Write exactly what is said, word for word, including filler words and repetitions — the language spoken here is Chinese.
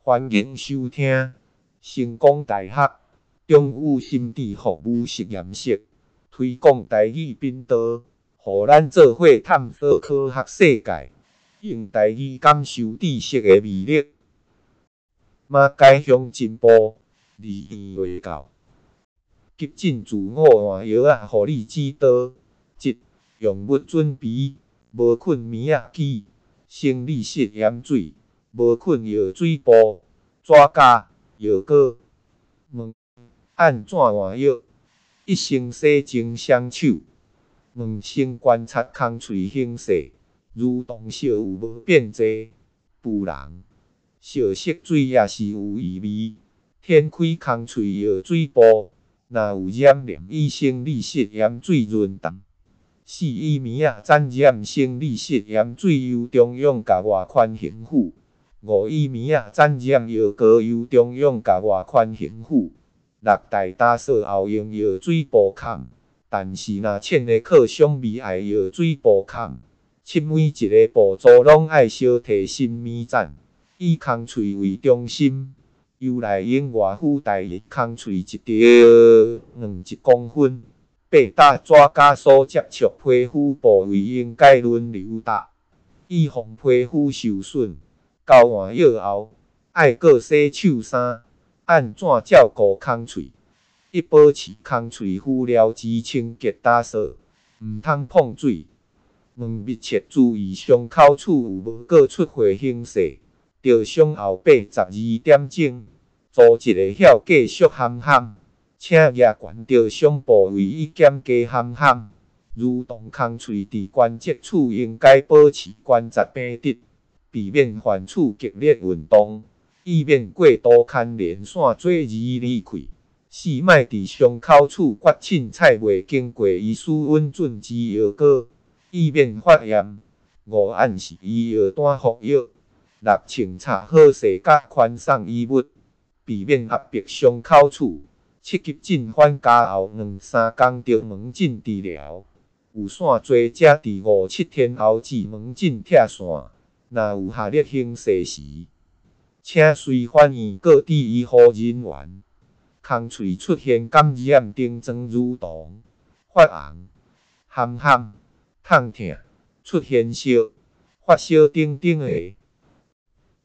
欢迎收听成功大学中午心智服务实验室推广台语频道，互咱做伙探索科学世界，用台语感受知识的魅力。马街乡进步，二年未到，急诊自我换药啊，互你指导。一、用物准备：无菌棉仔机、生理食盐水、无菌药水布、纸夹、药膏。问按怎换药？一先洗净双手。问先观察空喙形势，蠕动烧有无变质？不然，烧色水也是有异味。掀开空喙药水布，若有染黏，以生理食盐水润淡。四以棉仔沾染生理食盐水，由中央甲外圈凝固。五以棉仔沾染药膏，由中央甲外圈凝固。六大打扫后用药水布盖，但是若穿的靠上味爱药水布盖。七每一个步骤拢爱小提心面赞，以空喙为中心，由内应外敷大力，空喙一条两一公分。八打纸夹所接触皮肤部位应该轮流打，以防皮肤受损。交换药后，爱搁洗手衫。按怎照顾空喙？一、保持空喙敷料之清洁打扫，毋通碰水。二、密切注意伤口处有无搁出血形势。着伤后八十二点钟，组织会晓继续含含，请牙悬着伤部位以减加含含。蠕动空喙伫关节处应该保持关节平直，避免犯触激烈运动。以免过度牵连线做而离开。四、莫伫伤口处刮凊彩未经过医师允准之药膏，以免发炎。五、按时医药单服药。六、穿插好势甲宽松衣物，避免压迫伤口处。七、急诊返家后两三天着门诊治疗。有线做者伫五七天后至门诊拆线。若有下列形势时，请随反映各地医护人员。空喙出现感染症状蠕动、发红、含含、痛痛、出现烧、发烧等等的，